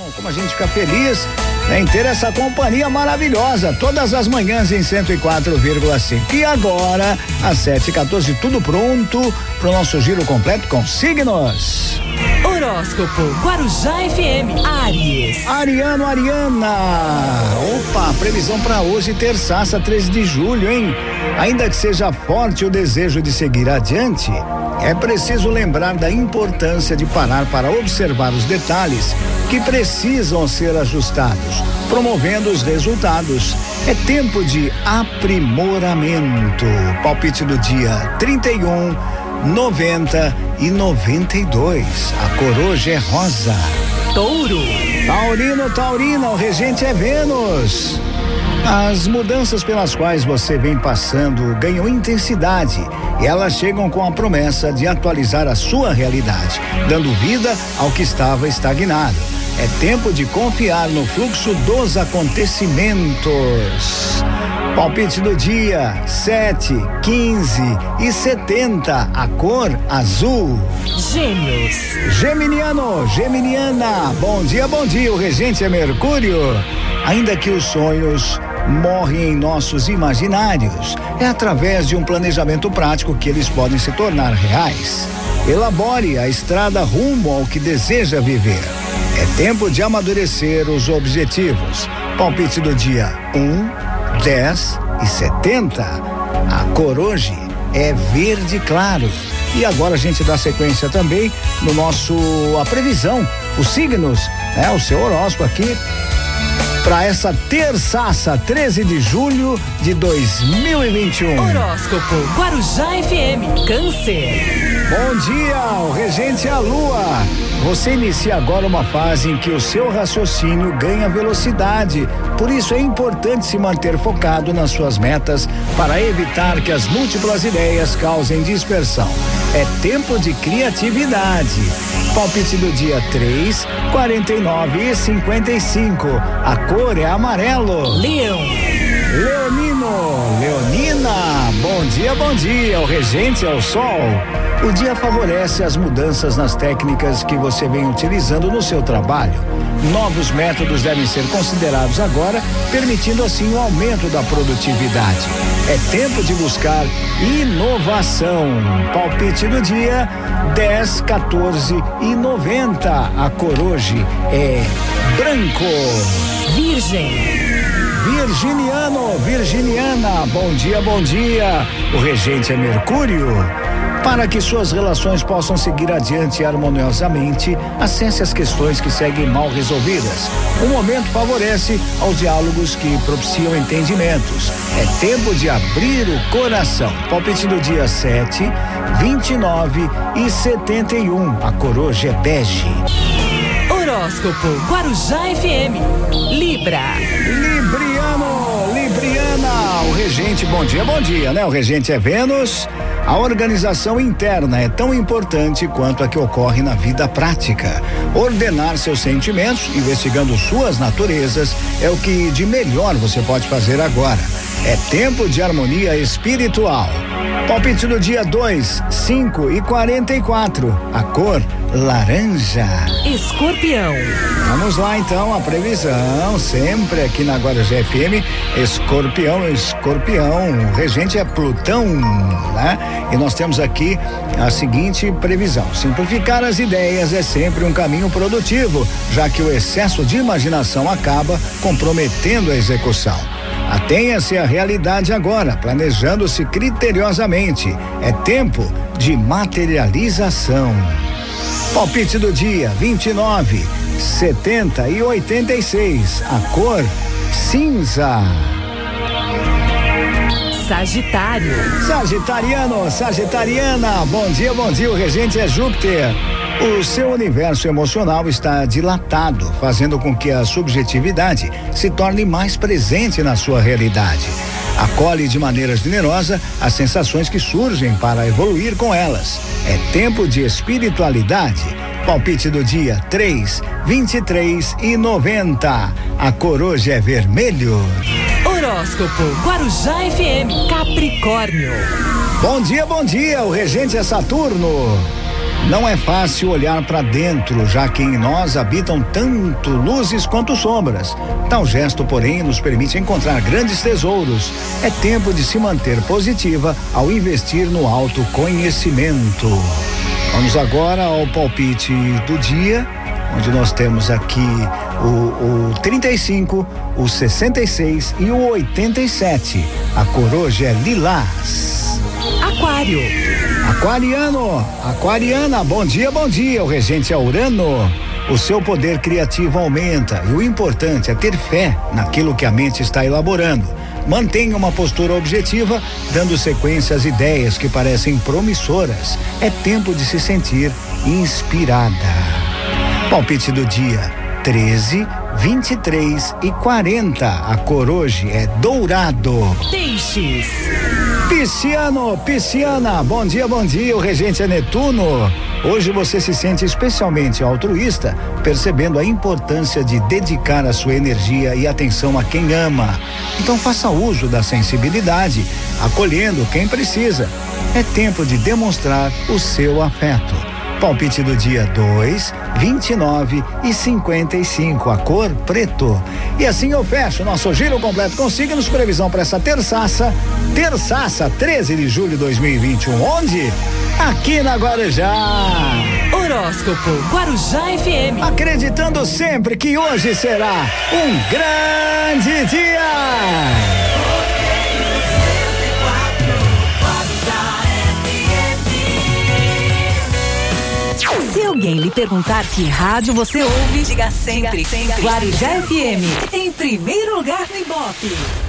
Como a gente fica feliz em ter essa companhia maravilhosa todas as manhãs em 104,5. E agora, às 7h14, tudo pronto para o nosso giro completo com signos. Horóscopo Guarujá FM. Áries. Ariano, Ariana. Opa, previsão para hoje, terçaça, 13 de julho, hein? Ainda que seja forte o desejo de seguir adiante, é preciso lembrar da importância de parar para observar os detalhes que precisam ser ajustados, promovendo os resultados. É tempo de aprimoramento. Palpite do dia 31, 90 e 92. A cor hoje é rosa. Touro. Taurino, Taurina, o regente é Vênus. As mudanças pelas quais você vem passando ganham intensidade e elas chegam com a promessa de atualizar a sua realidade, dando vida ao que estava estagnado. É tempo de confiar no fluxo dos acontecimentos. Palpite do dia 7, 15 e 70. A cor azul. Gêmeos. Geminiano, Geminiana. Bom dia, bom dia. O regente é Mercúrio. Ainda que os sonhos morrem em nossos imaginários, é através de um planejamento prático que eles podem se tornar reais. Elabore a estrada rumo ao que deseja viver. É tempo de amadurecer os objetivos. Palpite do dia 1, 10 e 70. A cor hoje é verde claro. E agora a gente dá sequência também no a previsão, os signos, o seu horóscopo aqui para essa terçaça, 13 de julho de 2021. Horóscopo Guarujá FM. Câncer. Bom dia, o regente é a Lua. Você inicia agora uma fase em que o seu raciocínio ganha velocidade. Por isso é importante se manter focado nas suas metas para evitar que as múltiplas ideias causem dispersão. É tempo de criatividade. Palpite do dia 3, 49 e 55. A cor é amarelo. Leão. Leonino, Leonina, bom dia, bom dia. O regente é o Sol. O dia favorece as mudanças nas técnicas que você vem utilizando no seu trabalho. Novos métodos devem ser considerados agora, permitindo assim o aumento da produtividade. É tempo de buscar inovação. Palpite do dia 10, 14 e 90. A cor hoje é branco. Virgem. Virginiano, Virginiana, bom dia, bom dia. O regente é Mercúrio. Para que suas relações possam seguir adiante harmoniosamente, acesse as questões que seguem mal resolvidas. O momento favorece aos diálogos que propiciam entendimentos. É tempo de abrir o coração. Palpite do dia 7, 29 e 71. A cor hoje é bege. Horóscopo Guarujá FM. Libra. Libriano, Libriana, o regente, bom dia, o regente é Vênus. A organização interna é tão importante quanto a que ocorre na vida prática. Ordenar seus sentimentos, investigando suas naturezas, é o que de melhor você pode fazer agora. É tempo de harmonia espiritual. Palpite do dia 2, 5 e 44. A cor laranja. Escorpião. Vamos lá então, a previsão, sempre aqui na Guarujá FM. Escorpião, Escorpião. O regente é Plutão, né? E nós temos aqui a seguinte previsão: simplificar as ideias é sempre um caminho produtivo, já que o excesso de imaginação acaba comprometendo a execução. Atenha-se à realidade agora, planejando-se criteriosamente. É tempo de materialização. Palpite do dia 29, 70 e 86. A cor cinza. Sagitário. Sagitariano, Sagitariana, bom dia, o regente é Júpiter. O seu universo emocional está dilatado, fazendo com que a subjetividade se torne mais presente na sua realidade. Acolhe de maneira generosa as sensações que surgem para evoluir com elas. É tempo de espiritualidade. Palpite do dia 3, 23 e 90. A cor hoje é vermelho. Horóscopo Guarujá FM. Capricórnio. Bom dia, o regente é Saturno. Não é fácil olhar para dentro, já que em nós habitam tanto luzes quanto sombras. Tal gesto, porém, nos permite encontrar grandes tesouros. É tempo de se manter positiva ao investir no autoconhecimento. Vamos agora ao palpite do dia, onde nós temos aqui o 35, o 66 e o 87. A cor hoje é lilás. Aquário. Aquariana, bom dia, o regente é Urano. O seu poder criativo aumenta e o importante é ter fé naquilo que a mente está elaborando. Mantenha uma postura objetiva, dando sequência às ideias que parecem promissoras. É tempo de se sentir inspirada. Palpite do dia: 13, 23 e 40. A cor hoje é dourado. Peixes. Pisciana, bom dia, o regente é Netuno. Hoje você se sente especialmente altruísta, percebendo a importância de dedicar a sua energia e atenção a quem ama. Então faça uso da sensibilidade, acolhendo quem precisa. É tempo de demonstrar o seu afeto. Palpite do dia: 2, 29 e 55, a cor preto. E assim eu fecho nosso giro completo com signos, previsão para essa terçaça, 13 de julho de 2021, onde? Aqui na Guarujá. Horóscopo Guarujá FM. Acreditando sempre que hoje será um grande dia. Se alguém lhe perguntar que rádio você ouve, diga sempre Guarujá FM, em primeiro lugar no Ibope.